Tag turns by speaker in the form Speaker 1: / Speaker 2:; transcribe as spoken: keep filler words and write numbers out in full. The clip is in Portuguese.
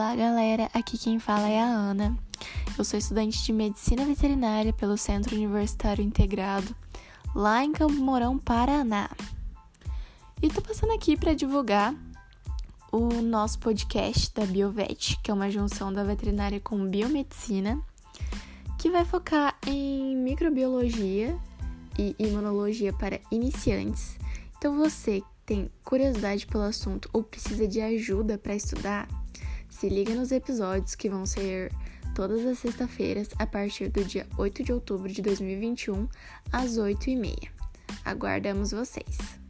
Speaker 1: Fala galera, aqui quem fala é a Ana. Eu sou estudante de Medicina Veterinária pelo Centro Universitário Integrado, lá em Campo Mourão, Paraná. E tô passando aqui para divulgar o nosso podcast da Biovet, que é uma junção da veterinária com biomedicina, que vai focar em microbiologia e imunologia para iniciantes. Então você tem curiosidade pelo assunto ou precisa de ajuda para estudar, se liga nos episódios que vão ser todas as sextas-feiras a partir do dia oito de outubro de dois mil e vinte e um, às oito e meia. Aguardamos vocês!